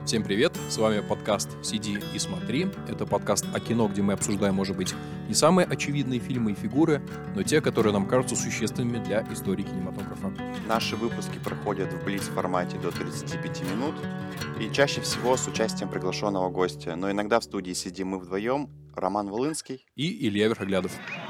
Всем привет, с вами подкаст «Сиди и смотри». Это подкаст о кино, где мы обсуждаем, может быть, не самые очевидные фильмы и фигуры, но те, которые нам кажутся существенными для истории кинематографа. Наши выпуски проходят в блиц-формате до 35 минут и чаще всего с участием приглашенного гостя, но иногда в студии сидим мы вдвоем, Роман Волынский и Илья Верхоглядов.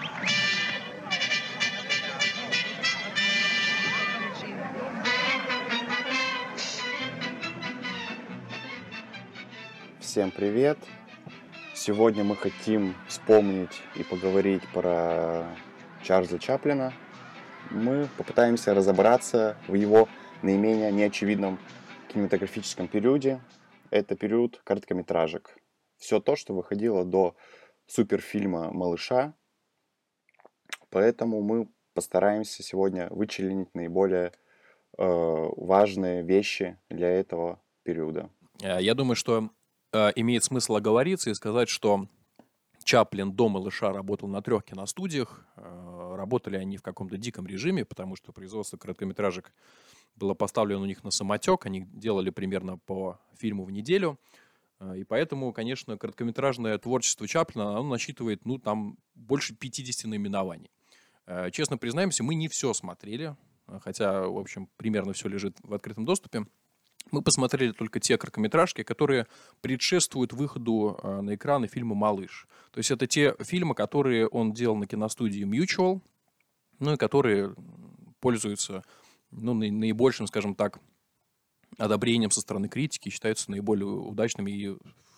Всем привет! Сегодня мы хотим вспомнить и поговорить про Чарльза Чаплина. Мы попытаемся разобраться в его наименее неочевидном кинематографическом периоде. Это период короткометражек. Все то, что выходило до суперфильма «Малыша». Поэтому мы постараемся сегодня вычленить наиболее важные вещи для этого периода. Я думаю, что имеет смысл оговориться и сказать, что Чаплин до «Малыша» работал на 3 киностудиях. Работали они в каком-то диком режиме, потому что производство короткометражек было поставлено у них на самотек. Они делали примерно по фильму в неделю. И поэтому, конечно, короткометражное творчество Чаплина, оно насчитывает, там больше 50 наименований. Честно признаемся, мы не все смотрели, хотя, в общем, примерно все лежит в открытом доступе. Мы посмотрели только те короткометражки, которые предшествуют выходу на экраны фильма «Малыш». То есть это те фильмы, которые он делал на киностудии Mutual, и которые пользуются наибольшим, скажем так, одобрением со стороны критики, считаются наиболее удачными и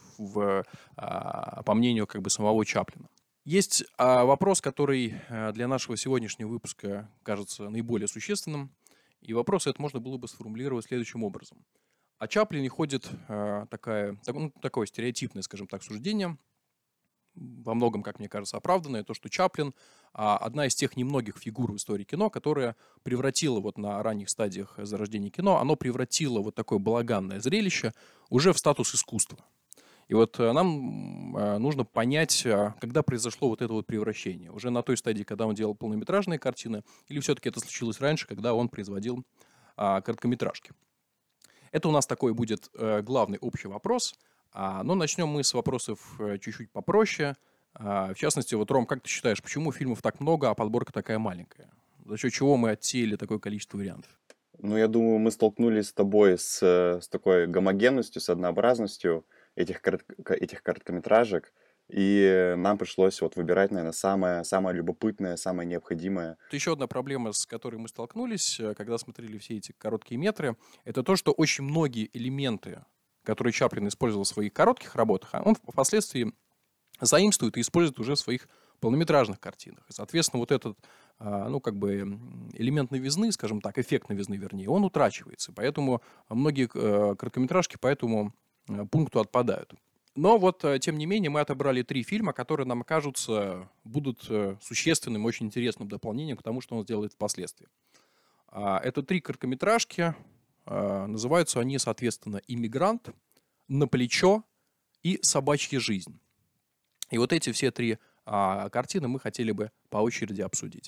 по мнению самого Чаплина. Есть вопрос, который для нашего сегодняшнего выпуска кажется наиболее существенным. И вопрос этот можно было бы сформулировать следующим образом. О Чаплине ходит такое стереотипное, скажем так, суждение, во многом, как мне кажется, оправданное, то, что Чаплин одна из тех немногих фигур в истории кино, которая превратила на ранних стадиях зарождения кино, оно превратило такое балаганное зрелище уже в статус искусства. И нам нужно понять, когда произошло это превращение. Уже на той стадии, когда он делал полнометражные картины, или все-таки это случилось раньше, когда он производил короткометражки. Это у нас такой будет главный общий вопрос. Но начнем мы с вопросов чуть-чуть попроще. В частности, Ром, как ты считаешь, почему фильмов так много, а подборка такая маленькая? За счет чего мы отсеяли такое количество вариантов? Я думаю, мы столкнулись с тобой с такой гомогенностью, с однообразностью этих короткометражек, и нам пришлось выбирать, наверное, самое любопытное, самое необходимое. Это еще одна проблема, с которой мы столкнулись, когда смотрели все эти короткие метры, это то, что очень многие элементы, которые Чаплин использовал в своих коротких работах, он впоследствии заимствует и использует уже в своих полнометражных картинах. И, соответственно, этот элемент новизны, скажем так, эффект новизны, вернее, он утрачивается. Поэтому многие короткометражки по этому пункту отпадают. Но тем не менее, мы отобрали 3 фильма, которые нам кажутся будут существенным, очень интересным дополнением к тому, что он сделает впоследствии. Это 3 короткометражки. Называются они, соответственно, «Иммигрант», «На плечо» и «Собачья жизнь». И эти все 3 картины мы хотели бы по очереди обсудить.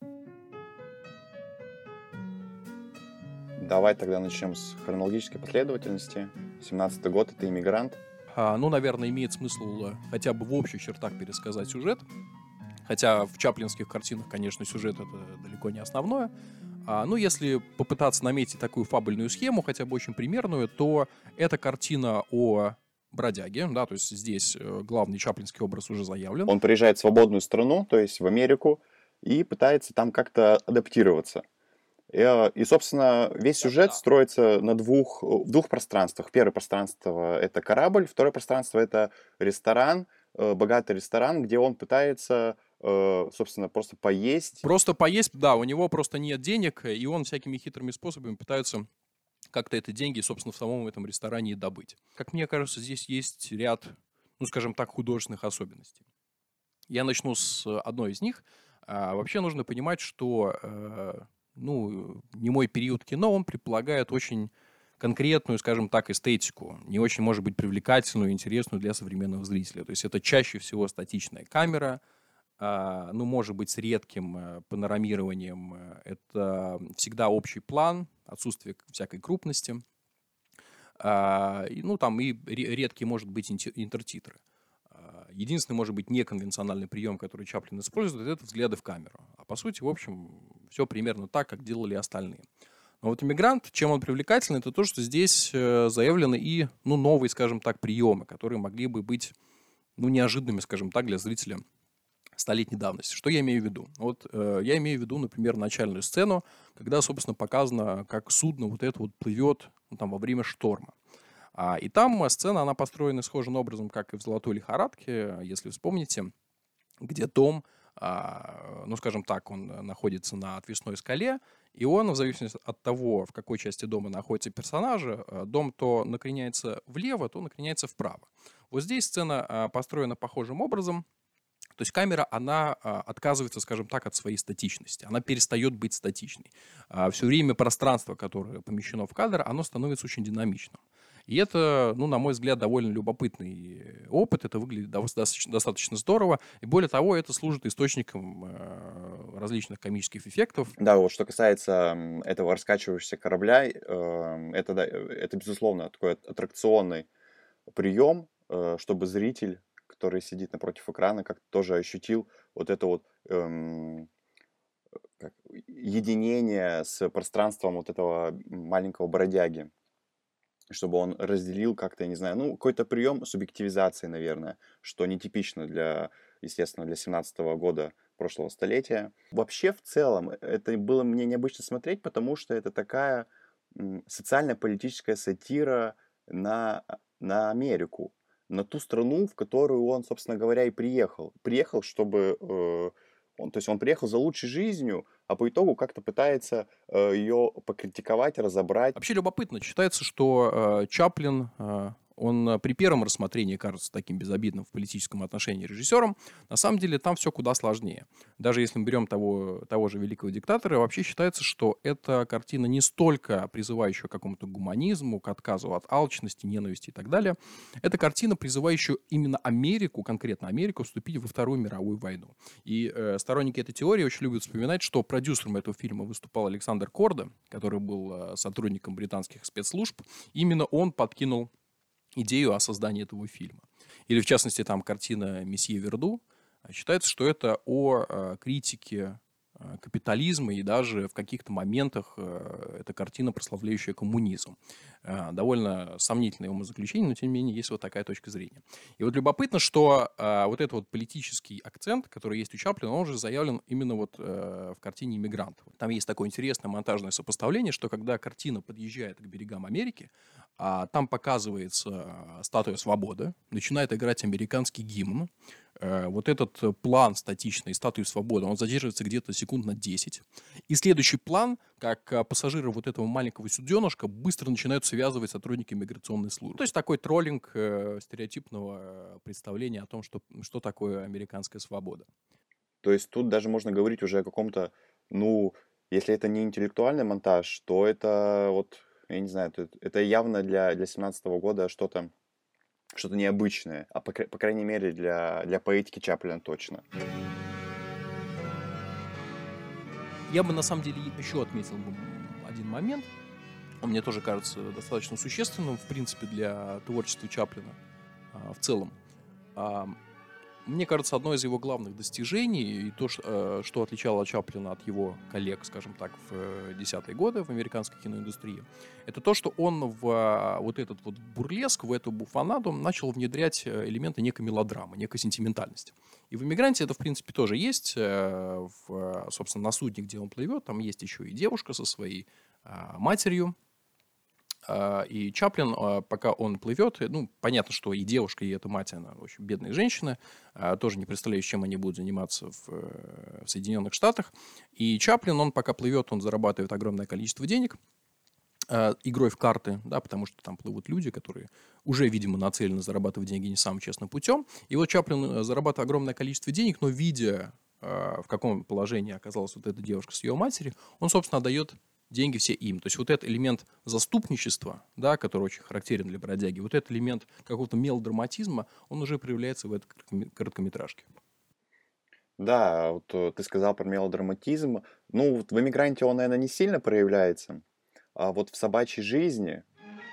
Давай тогда начнем с хронологической последовательности. 17-й год — это «Иммигрант». Наверное, имеет смысл хотя бы в общих чертах пересказать сюжет. Хотя в чаплинских картинах, конечно, сюжет это далеко не основное. Если попытаться наметить такую фабульную схему, хотя бы очень примерную, то это картина о бродяге, то есть здесь главный чаплинский образ уже заявлен. Он приезжает в свободную страну, то есть в Америку, и пытается там как-то адаптироваться. И, собственно, весь сюжет строится в двух пространствах. Первое пространство — это корабль, второе пространство — это ресторан, богатый ресторан, где он пытается, собственно, просто поесть. Просто поесть, да, у него просто нет денег, и он всякими хитрыми способами пытается как-то эти деньги, собственно, в самом этом ресторане и добыть. Как мне кажется, здесь есть ряд, скажем так, художественных особенностей. Я начну с одной из них. Вообще нужно понимать, что немой период кино, он предполагает очень конкретную, скажем так, эстетику, не очень, может быть, привлекательную, интересную для современного зрителя. То есть это чаще всего статичная камера, может быть, с редким панорамированием. Это всегда общий план, отсутствие всякой крупности. Ну, там и редкие, может быть, интертитры. Единственный, может быть, неконвенциональный прием, который Чаплин использует, это взгляды в камеру. А по сути, в общем, все примерно так, как делали остальные. Но вот «Иммигрант», чем он привлекательный, это то, что здесь заявлены и, ну, новые, скажем так, приемы, которые могли бы быть, ну, неожиданными, скажем так, для зрителя столетней давности. Что я имею в виду? Вот я имею в виду, например, начальную сцену, когда, собственно, показано, как судно вот это вот плывет, ну, там, во время шторма. И там сцена, она построена схожим образом, как и в «Золотой лихорадке», если вспомните, где Том, ну, скажем так, он находится на отвесной скале, и он, в зависимости от того, в какой части дома находятся персонажи, дом то накреняется влево, то накреняется вправо. Вот здесь сцена построена похожим образом. То есть камера, она отказывается, скажем так, от своей статичности. Она перестает быть статичной. Все время пространство, которое помещено в кадр, оно становится очень динамичным. И это, ну, на мой взгляд, довольно любопытный опыт. Это выглядит достаточно здорово. И более того, это служит источником различных комических эффектов. Да, вот что касается этого раскачивающегося корабля, это, да, это, безусловно, такой аттракционный прием, чтобы зритель, который сидит напротив экрана, как-то тоже ощутил вот это вот единение с пространством вот этого маленького бродяги, чтобы он разделил как-то, я не знаю, ну, какой-то прием субъективизации, наверное, что нетипично для, естественно, для 17-го года прошлого столетия. Вообще, в целом, это было мне необычно смотреть, потому что это такая социально-политическая сатира на Америку, на ту страну, в которую он, собственно говоря, и приехал. Приехал, чтобы то есть он приехал за лучшей жизнью, а по итогу как-то пытается ее покритиковать, разобрать. Вообще любопытно. Считается, что Чаплин, он при первом рассмотрении кажется таким безобидным в политическом отношении режиссером. На самом деле там все куда сложнее. Даже если мы берем того же «Великого диктатора», вообще считается, что эта картина не столько призывающая к какому-то гуманизму, к отказу от алчности, ненависти и так далее. Это картина, призывающая именно Америку, конкретно Америку, вступить во Вторую мировую войну. И сторонники этой теории очень любят вспоминать, что продюсером этого фильма выступал Александр Корда, который был сотрудником британских спецслужб. Именно он подкинул идею о создании этого фильма. Или, в частности, там картина «Месье Верду». Считается, что это о критике капитализма, и даже в каких-то моментах эта картина, прославляющая коммунизм. Довольно сомнительное умозаключение, но тем не менее есть вот такая точка зрения. И вот любопытно, что вот этот вот политический акцент, который есть у Чаплина, он уже заявлен именно вот в картине «Иммигрант». Там есть такое интересное монтажное сопоставление, что когда картина подъезжает к берегам Америки, там показывается статуя свободы, начинает играть американский гимн. Вот этот план статичной статуи свободы, он задерживается где-то секунд на 10. И следующий план, как пассажиры вот этого маленького суденышка быстро начинают связывать сотрудники миграционной службы. То есть такой троллинг стереотипного представления о том, что такое американская свобода. То есть тут даже можно говорить уже о каком-то, ну, если это не интеллектуальный монтаж, то это вот, я не знаю, это явно для 17-го года что-то необычное, по крайней мере для поэтики Чаплина точно. Я бы на самом деле еще отметил один момент. Он мне тоже кажется достаточно существенным, в принципе, для творчества Чаплина в целом. Мне кажется, одно из его главных достижений, и то, что отличало Чаплина от его коллег, скажем так, в десятые годы в американской киноиндустрии, это то, что он в вот этот вот бурлеск, в эту буфонаду начал внедрять элементы некой мелодрамы, некой сентиментальности. И в «Иммигранте» это, в принципе, тоже есть. Собственно, на судне, где он плывет, там есть еще и девушка со своей матерью. И Чаплин, пока он плывет, ну, понятно, что и девушка, и эта мать, она очень бедные женщины, тоже не представляю, чем они будут заниматься в Соединенных Штатах. И Чаплин, он пока плывет, он зарабатывает огромное количество денег игрой в карты, да, потому что там плывут люди, которые уже, видимо, нацелены зарабатывать деньги не самым честным путем. И вот Чаплин зарабатывает огромное количество денег, но видя, в каком положении оказалась вот эта девушка с ее матерью, он, собственно, отдает деньги все им. То есть вот этот элемент заступничества, да, который очень характерен для бродяги, вот этот элемент какого-то мелодраматизма, он уже проявляется в этой короткометражке. Да, вот ты сказал про мелодраматизм. Ну, вот в «Эмигранте» он, наверное, не сильно проявляется, а вот в «Собачьей жизни»,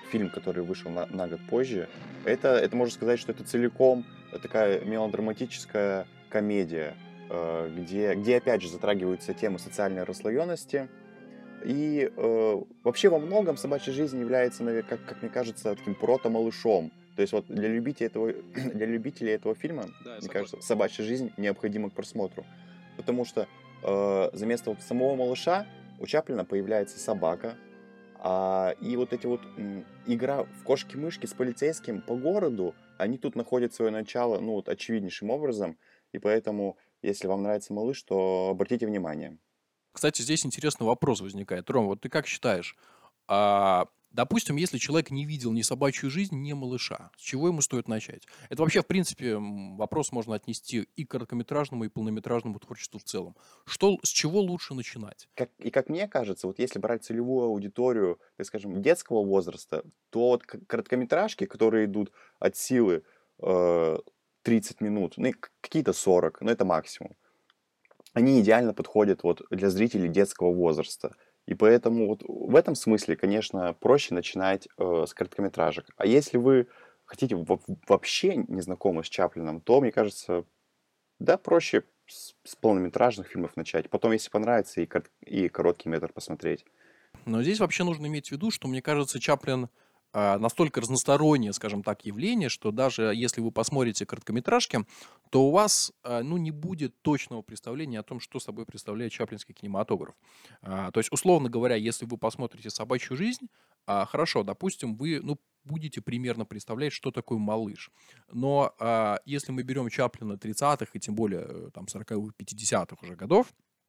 фильм, который вышел на год позже, это можно сказать, что это целиком такая мелодраматическая комедия, где опять же затрагиваются темы социальной расслоенности. И вообще во многом «Собачья жизнь» является, как мне кажется, таким прото-малышом. То есть вот для любителей этого фильма, Да, я мне согласен. кажется, «Собачья жизнь» необходима к просмотру. Потому что за место вот самого малыша у Чаплина появляется собака, и вот эти вот игра в кошки-мышки с полицейским по городу, они тут находят свое начало, ну вот очевиднейшим образом, и поэтому, если вам нравится малыш, то обратите внимание. Кстати, здесь интересный вопрос возникает. Ром, вот ты как считаешь, допустим, если человек не видел ни «Собачью жизнь», ни «Малыша», с чего ему стоит начать? Это вообще, в принципе, вопрос можно отнести и к короткометражному, и полнометражному творчеству в целом. С чего лучше начинать? Как мне кажется, вот если брать целевую аудиторию, так скажем, детского возраста, то вот короткометражки, которые идут от силы э, 30 минут, ну и какие-то 40, но это максимум, они идеально подходят вот для зрителей детского возраста. И поэтому вот в этом смысле, конечно, проще начинать с короткометражек. А если вы хотите вообще не знакомы с Чаплином, то, мне кажется, да, проще с полнометражных фильмов начать. Потом, если понравится, и короткий метр посмотреть. Но здесь вообще нужно иметь в виду, что, мне кажется, Чаплин настолько разностороннее, скажем так, явление, что даже если вы посмотрите короткометражки, то у вас ну, не будет точного представления о том, что собой представляет чаплинский кинематограф. То есть, условно говоря, если вы посмотрите «Собачью жизнь», хорошо, допустим, вы ну, будете примерно представлять, что такое малыш. Но если мы берем Чаплина 30-х и тем более там 40-х, 50-х уже годов,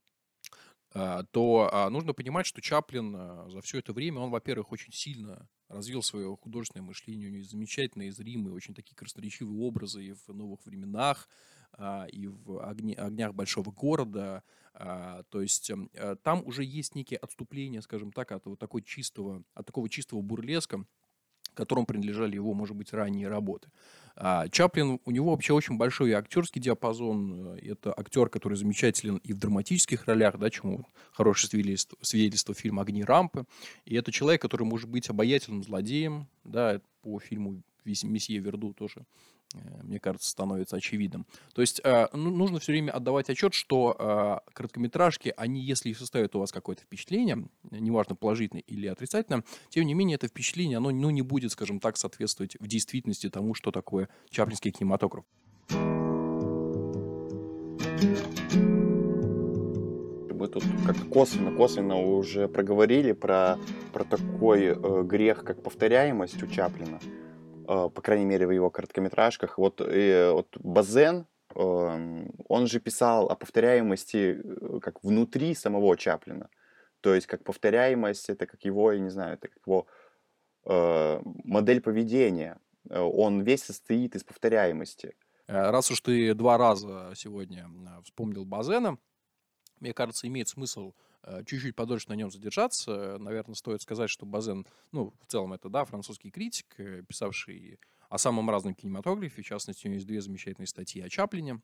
то нужно понимать, что Чаплин за все это время, он, во-первых, очень сильно развил свое художественное мышление, у него есть замечательные, зримые, очень такие красноречивые образы и в «Новых временах», и в «Огнях большого города». То есть там уже есть некие отступления, скажем так, от такого чистого бурлеска, которому принадлежали его, может быть, ранние работы. Чаплин, у него вообще очень большой актерский диапазон. Это актер, который замечателен и в драматических ролях, да, чему хорошее свидетельство фильма «Огни рампы». И это человек, который может быть обаятельным злодеем, да, по фильму «Месье Верду» тоже, мне кажется, становится очевидным. То есть нужно все время отдавать отчет, что короткометражки, они, если и составят у вас какое-то впечатление, неважно, положительное или отрицательное, тем не менее, это впечатление, оно ну, не будет, скажем так, соответствовать в действительности тому, что такое чаплинский кинематограф. Мы тут как косвенно уже проговорили про такой грех, как повторяемость у Чаплина, по крайней мере, в его короткометражках. Вот Базен, он же писал о повторяемости как внутри самого Чаплина. То есть как повторяемость, это как его, я не знаю, это как его модель поведения. Он весь состоит из повторяемости. Раз уж ты 2 раза сегодня вспомнил Базена, мне кажется, имеет смысл чуть-чуть подольше на нем задержаться. Наверное, стоит сказать, что Базен, ну, в целом это, да, французский критик, писавший о самом разном кинематографе. В частности, у него есть 2 замечательные статьи о Чаплине.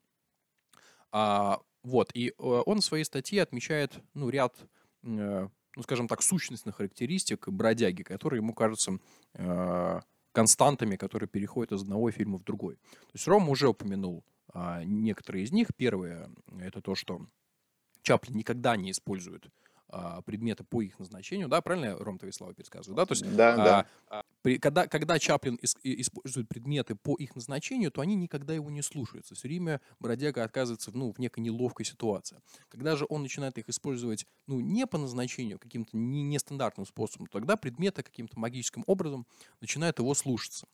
Вот, и он в своей статье отмечает, ну, ряд, ну, скажем так, сущностных характеристик бродяги, которые ему кажутся константами, которые переходят из одного фильма в другой. То есть Рома уже упомянул некоторые из них. Первое – это то, что Чаплин никогда не использует предметы по их назначению, да, правильно я, Ром, твои слова пересказываю, да, то есть Да. когда Чаплин использует предметы по их назначению, то они никогда его не слушаются, все время бродяга оказывается в некой неловкой ситуации. Когда же он начинает их использовать, ну, не по назначению, каким-то нестандартным способом, тогда предметы каким-то магическим образом начинают его слушаться.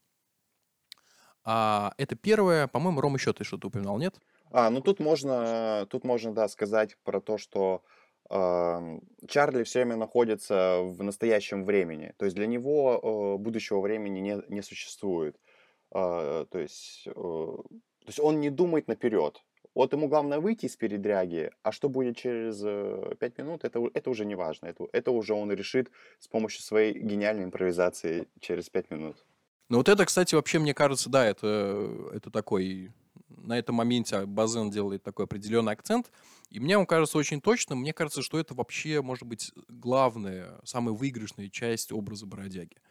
Это первое, по-моему, Ром, еще ты что-то упоминал, нет? Ну тут можно, да, сказать про то, что Чарли все время находится в настоящем времени. То есть для него будущего времени не существует. То есть он не думает наперед. Вот ему главное выйти из передряги, а что будет через 5 минут, это уже не важно. Это уже он решит с помощью своей гениальной импровизации через 5 минут. Ну вот это, кстати, вообще, мне кажется, да, это такой... На этом моменте Базен делает такой определенный акцент. И мне он кажется очень точным. Мне кажется, что это вообще, может быть, главная, самая выигрышная часть образа бродяги.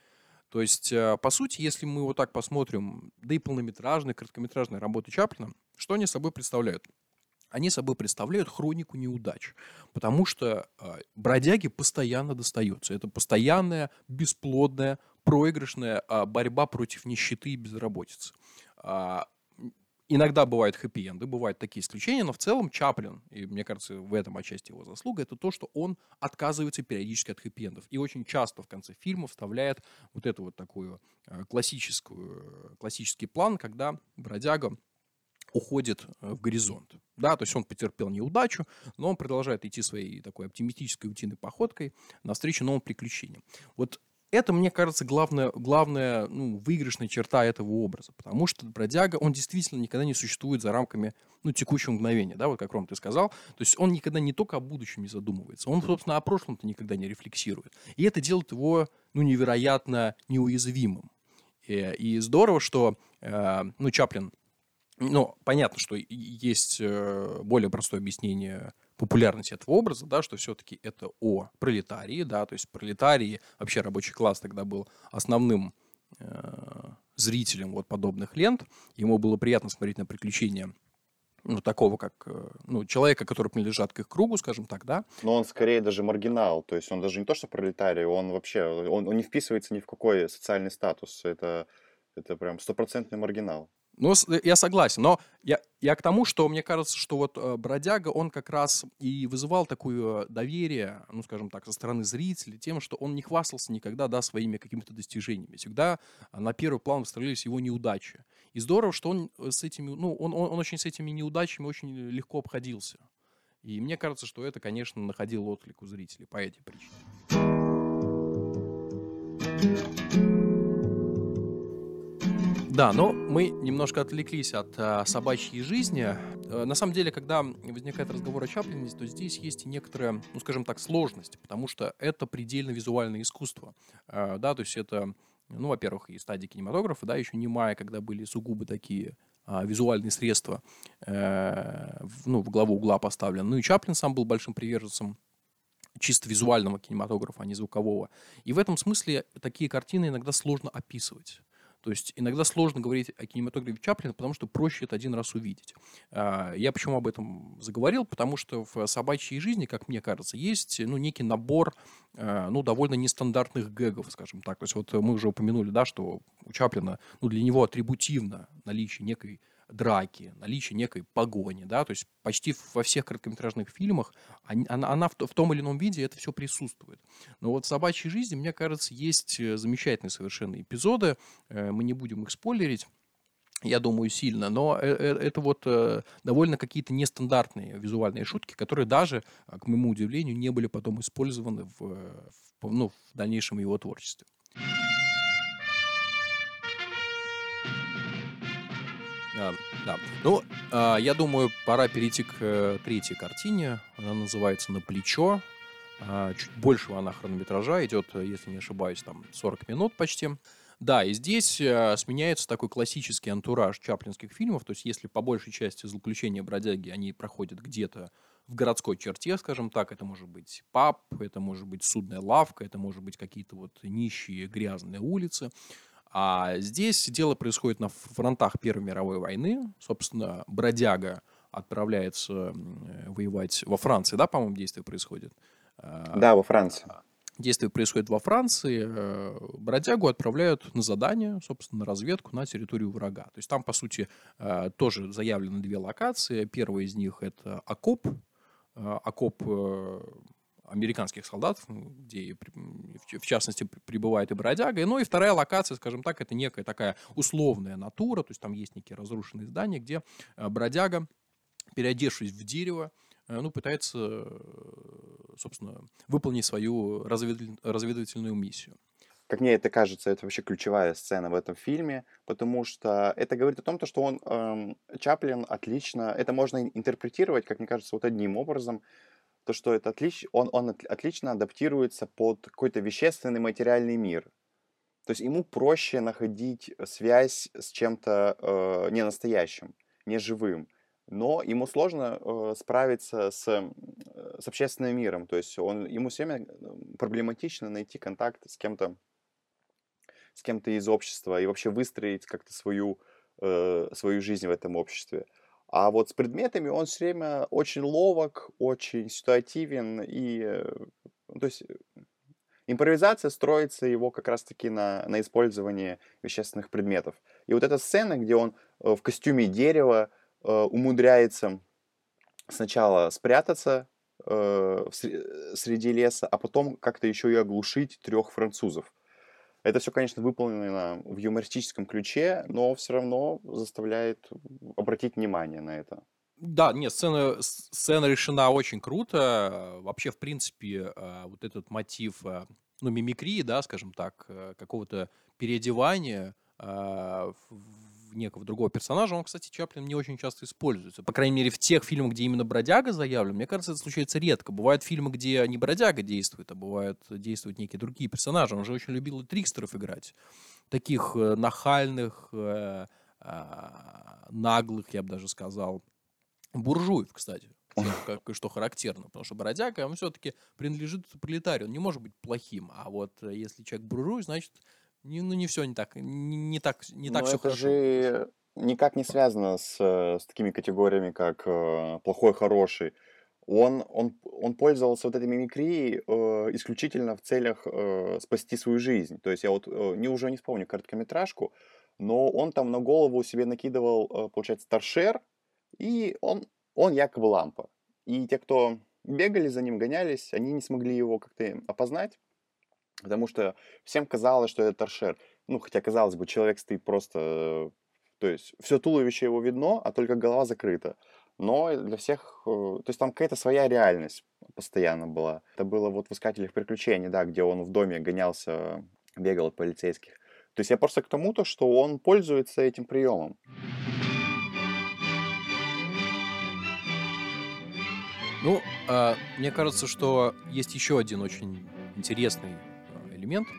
То есть, по сути, если мы вот так посмотрим, да и полнометражные, короткометражные работы Чаплина, что они собой представляют? Они собой представляют хронику неудач, потому что бродяге постоянно достается. Это постоянная, бесплодная, проигрышная борьба против нищеты и безработицы. А, Иногда бывают хэппи-энды, бывают такие исключения, но в целом Чаплин, и мне кажется, в этом отчасти его заслуга, это то, что он отказывается периодически от хэппи-эндов. И очень часто в конце фильма вставляет вот эту вот такую классический план, когда бродяга уходит в горизонт. Да, то есть он потерпел неудачу, но он продолжает идти своей такой оптимистической утиной походкой навстречу новым приключениям. Вот это, мне кажется, главная выигрышная черта этого образа, потому что бродяга, он действительно никогда не существует за рамками текущего мгновения, да, вот как, Ром, ты сказал. То есть он никогда не только о будущем не задумывается, он, собственно, о прошлом-то никогда не рефлексирует. И это делает его, невероятно неуязвимым. И здорово, что, Чаплин, понятно, что есть более простое объяснение популярности этого образа, да, что все-таки это о пролетарии, да, то есть пролетарии, вообще рабочий класс тогда был основным зрителем вот подобных лент. Ему было приятно смотреть на приключения такого, как человека, который принадлежит к их кругу, скажем так, да. Но он скорее даже маргинал, то есть он даже не то, что пролетарий, он вообще, он не вписывается ни в какой социальный статус, это прям стопроцентный маргинал. Я согласен, но я к тому, что мне кажется, что вот бродяга, он как раз и вызывал такое доверие, скажем так, со стороны зрителей тем, что он не хвастался никогда, да, своими какими-то достижениями. Всегда на первый план выставлялись его неудачи. И здорово, что он с этими, он очень с этими неудачами очень легко обходился. И мне кажется, что это, конечно, находило отклик у зрителей по этой причине. Да, но мы немножко отвлеклись от собачьей жизни. На самом деле, когда возникает разговор о Чаплине, то здесь есть и некоторая, скажем так, сложность, потому что это предельно визуальное искусство. Да, то есть это, во-первых, и стадии кинематографа, да, еще не Майя, когда были сугубо такие визуальные средства в главу угла поставлены. Ну и Чаплин сам был большим приверженцем чисто визуального кинематографа, а не звукового. И в этом смысле такие картины иногда сложно описывать. То есть иногда сложно говорить о кинематографе Чаплина, потому что проще это один раз увидеть. Я почему об этом заговорил? Потому что в «Собачьей жизни», как мне кажется, есть некий набор довольно нестандартных гэгов, скажем так. То есть вот мы уже упомянули, да, что у Чаплина, для него атрибутивно наличие некой драки, наличие некой погони, да, то есть почти во всех короткометражных фильмах она в том или ином виде это все присутствует. Но вот в «Собачьей жизни», мне кажется, есть замечательные совершенно эпизоды, мы не будем их спойлерить, я думаю, сильно, но это вот довольно какие-то нестандартные визуальные шутки, которые даже, к моему удивлению, не были потом использованы в дальнейшем его творчестве. Да. Я думаю, пора перейти к третьей картине. Она называется «На плечо». Чуть большего она хронометража. Идет, если не ошибаюсь, там 40 минут почти. Да, и здесь сменяется такой классический антураж чаплинских фильмов. То есть если по большей части «Злоключения бродяги» они проходят где-то в городской черте, скажем так, это может быть паб, это может быть судная лавка, это может быть какие-то вот нищие грязные улицы. А здесь дело происходит на фронтах Первой мировой войны. Собственно, бродяга отправляется воевать во Франции, да, по-моему, действие происходит? Да, во Франции. Действие происходит во Франции. Бродягу отправляют на задание, собственно, на разведку на территорию врага. То есть там, по сути, тоже заявлены две локации. Первая из них – это окоп американских солдат, где, в частности, прибывает и бродяга. Ну и вторая локация, скажем так, это некая такая условная натура, то есть там есть некие разрушенные здания, где бродяга, переодевшись в дерево, пытается, собственно, выполнить свою разведывательную миссию. Как мне это кажется, это вообще ключевая сцена в этом фильме, потому что это говорит о том, что Чаплин отлично, это можно интерпретировать, как мне кажется, вот одним образом, то, что это он отлично адаптируется под какой-то вещественный материальный мир. То есть ему проще находить связь с чем-то ненастоящим, неживым. Но ему сложно справиться с общественным миром. То есть ему все время проблематично найти контакт с с кем-то из общества и вообще выстроить как-то свою жизнь в этом обществе. А вот с предметами он все время очень ловок, очень ситуативен то есть импровизация строится его как раз-таки на использовании вещественных предметов. И вот эта сцена, где он в костюме дерева умудряется сначала спрятаться среди леса, а потом как-то еще и оглушить 3 французов. Это все, конечно, выполнено в юмористическом ключе, но все равно заставляет обратить внимание на это. Да, нет, сцена решена очень круто. Вообще, в принципе, вот этот мотив, ну, мимикрии, да, скажем так, какого-то переодевания в некого другого персонажа, он, кстати, Чаплин не очень часто используется. По крайней мере, в тех фильмах, где именно бродяга заявлен, мне кажется, это случается редко. Бывают фильмы, где не бродяга действует, а бывают действуют некие другие персонажи. Он же очень любил и трикстеров играть. Таких нахальных, наглых, я бы даже сказал, буржуев, кстати, что характерно, потому что бродяга, он все-таки принадлежит пролетарию, он не может быть плохим, а вот если человек буржуй, значит, не все не так, не так Но все это хорошо. же никак не связано с такими категориями, как плохой, хороший. Он пользовался вот этой мимикрией исключительно в целях спасти свою жизнь. То есть я вот уже не вспомню короткометражку, но он там на голову себе накидывал, получается, торшер, и он якобы лампа. И те, кто бегали за ним, гонялись, они не смогли его как-то опознать, потому что всем казалось, что это торшер. Ну, хотя, казалось бы, человек стоит просто... То есть все туловище его видно, а только голова закрыта. Но для всех... То есть там какая-то своя реальность постоянно была. Это было вот в «Искателях приключений», да, где он в доме гонялся, бегал от полицейских. То есть я просто к тому-то, что он пользуется этим приемом. Ну, мне кажется, что есть еще один очень интересный элемент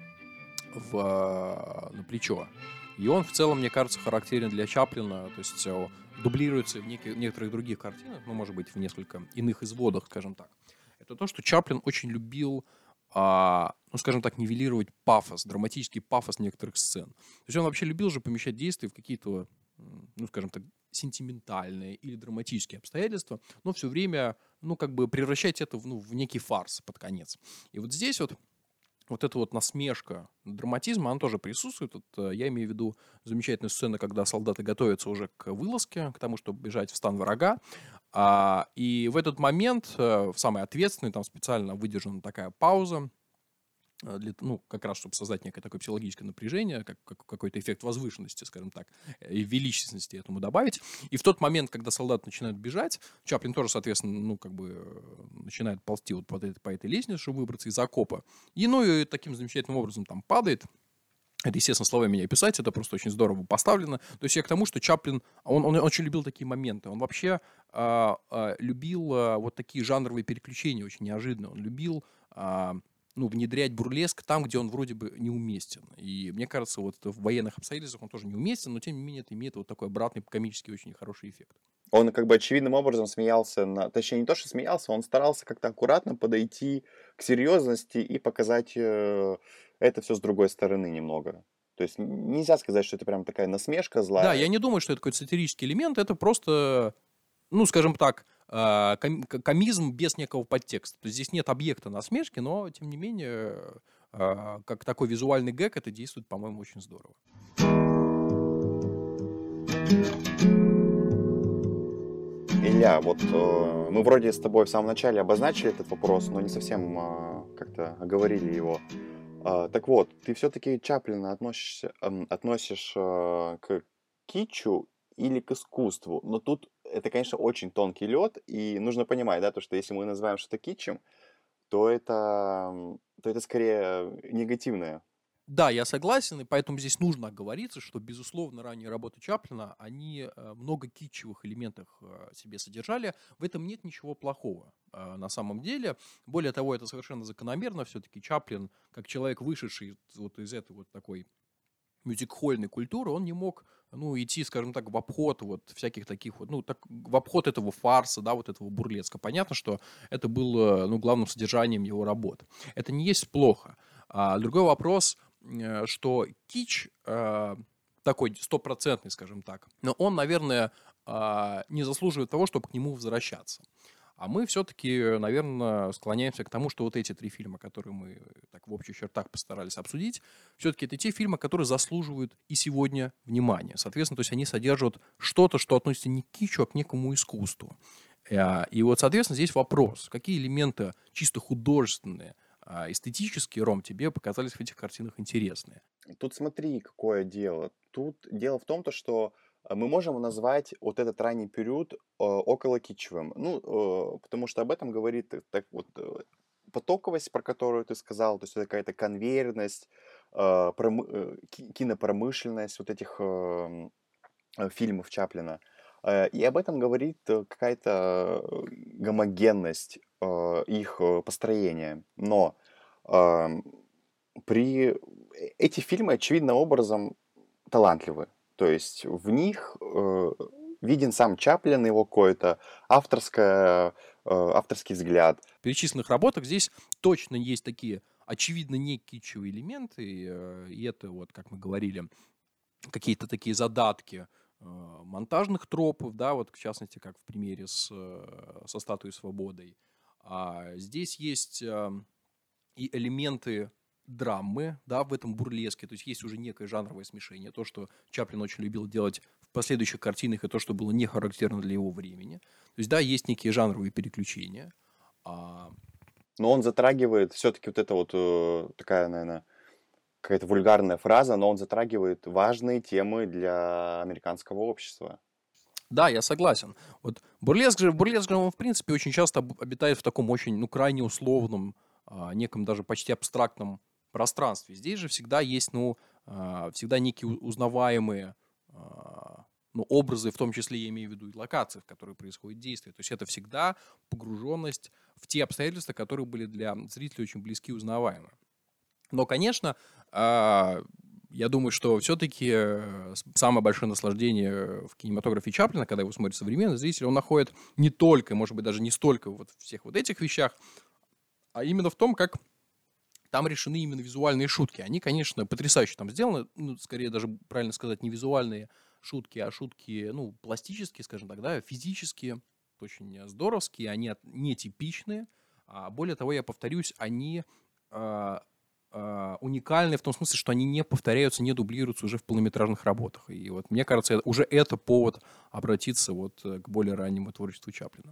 на плечо. И он в целом, мне кажется, характерен для Чаплина, то есть дублируется в некоторых других картинах, ну, может быть, в несколько иных изводах, скажем так. Это то, что Чаплин очень любил, ну, скажем так, нивелировать пафос, драматический пафос некоторых сцен. То есть он вообще любил же помещать действия в какие-то, ну, скажем так, сентиментальные или драматические обстоятельства, но все время, ну, как бы превращать это в некий фарс под конец. И вот здесь вот эта вот насмешка драматизма, она тоже присутствует. Я имею в виду замечательную сцену, когда солдаты готовятся уже к вылазке, к тому, чтобы бежать в стан врага. И в этот момент, в самый ответственный, там специально выдержана такая пауза, ну, как раз, чтобы создать некое такое психологическое напряжение, какой-то эффект возвышенности, скажем так, и величественности этому добавить. И в тот момент, когда солдаты начинают бежать, Чаплин тоже, соответственно, ну, как бы начинает ползти вот по этой лестнице, чтобы выбраться из окопа. И таким замечательным образом там падает. Это, естественно, словами не описать, это просто очень здорово поставлено. То есть я к тому, что Чаплин, он очень любил такие моменты. Он вообще любил вот такие жанровые переключения очень неожиданно. Он любил внедрять бурлеск там, где он вроде бы неуместен. И мне кажется, вот в военных обстоятельствах он тоже неуместен, но тем не менее это имеет вот такой обратный комический очень хороший эффект. Он как бы очевидным образом смеялся, точнее не то, что смеялся, он старался как-то аккуратно подойти к серьезности и показать это все с другой стороны немного. То есть нельзя сказать, что это прям такая насмешка злая. Да, я не думаю, что это какой-то сатирический элемент, это просто, ну, скажем так, комизм без некого подтекста. То есть здесь нет объекта насмешки, но, тем не менее, как такой визуальный гэг, это действует, по-моему, очень здорово. Илья, вот мы вроде с тобой в самом начале обозначили этот вопрос, но не совсем как-то оговорили его. Так вот, ты все-таки Чаплина относишь к китчу или к искусству? Но тут это, конечно, очень тонкий лед, и нужно понимать, да, то, что если мы называем что-то китчем, то это скорее негативное. Да, я согласен, и поэтому здесь нужно оговориться, что, безусловно, ранние работы Чаплина, они много китчевых элементов себе содержали. В этом нет ничего плохого на самом деле. Более того, это совершенно закономерно. Все-таки Чаплин, как человек, вышедший вот из этой вот такой мюзик-хольной культуры, он не мог, идти, скажем так, в обход вот всяких таких вот, в обход этого фарса, да, вот этого бурлеска. Понятно, что это было, главным содержанием его работ. Это не есть плохо. Другой вопрос, что кич такой стопроцентный, скажем так, но он, наверное, не заслуживает того, чтобы к нему возвращаться. А мы все-таки, наверное, склоняемся к тому, что вот эти 3 фильма, которые мы так в общих чертах постарались обсудить, все-таки это те фильмы, которые заслуживают и сегодня внимания. Соответственно, то есть они содержат что-то, что относится не к кичу, а к некому искусству. И вот, соответственно, здесь вопрос, какие элементы чисто художественные, эстетические, Ром, тебе показались в этих картинах интересные? Тут смотри, какое дело. Тут дело в том, что мы можем назвать вот этот ранний период около кичевым. Ну, потому что об этом говорит так вот потоковость, про которую ты сказал, то есть это какая-то конвейерность, кинопромышленность вот этих фильмов Чаплина. И об этом говорит какая-то гомогенность их построения. Но эти фильмы очевидным образом талантливы. То есть в них виден сам Чаплин, его какой-то авторский взгляд. В перечисленных работах здесь точно есть такие очевидно не кичевые элементы, и это вот, как мы говорили, какие-то такие задатки монтажных тропов, да, вот в частности, как в примере со «Статуей свободой». А здесь есть и элементы драмы, да, в этом бурлеске, то есть есть уже некое жанровое смешение, то, что Чаплин очень любил делать в последующих картинах, и то, что было не характерно для его времени. То есть, да, есть некие жанровые переключения. Но он затрагивает все-таки вот это вот такая, наверное, какая-то вульгарная фраза, но он затрагивает важные темы для американского общества. Да, я согласен. Вот бурлеск же, он, в принципе, очень часто обитает в таком очень, крайне условном, неком даже почти абстрактном пространстве. Здесь же всегда есть, всегда некие узнаваемые, образы, в том числе я имею в виду и локации, в которой происходит действие. То есть это всегда погруженность в те обстоятельства, которые были для зрителя очень близки и узнаваемы. Но, конечно, я думаю, что все-таки самое большое наслаждение в кинематографе Чаплина, когда его смотрит современный зритель, он находит не только, может быть, даже не столько вот в всех вот этих вещах, а именно в том, как там решены именно визуальные шутки. Они, конечно, потрясающе там сделаны, скорее даже правильно сказать, не визуальные шутки, а шутки, пластические, скажем так, да, физические, очень здоровские, они нетипичные. А более того, я повторюсь, они уникальны в том смысле, что они не повторяются, не дублируются уже в полнометражных работах. И вот мне кажется, уже это повод обратиться вот к более раннему творчеству Чаплина.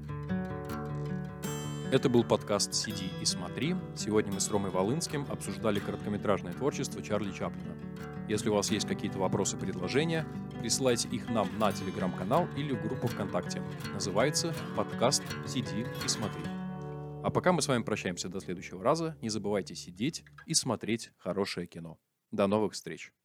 Это был подкаст «Сиди и смотри». Сегодня мы с Ромой Волынским обсуждали короткометражное творчество Чарли Чаплина. Если у вас есть какие-то вопросы, предложения, присылайте их нам на телеграм-канал или в группу ВКонтакте. Называется подкаст «Сиди и смотри». А пока мы с вами прощаемся до следующего раза. Не забывайте сидеть и смотреть хорошее кино. До новых встреч!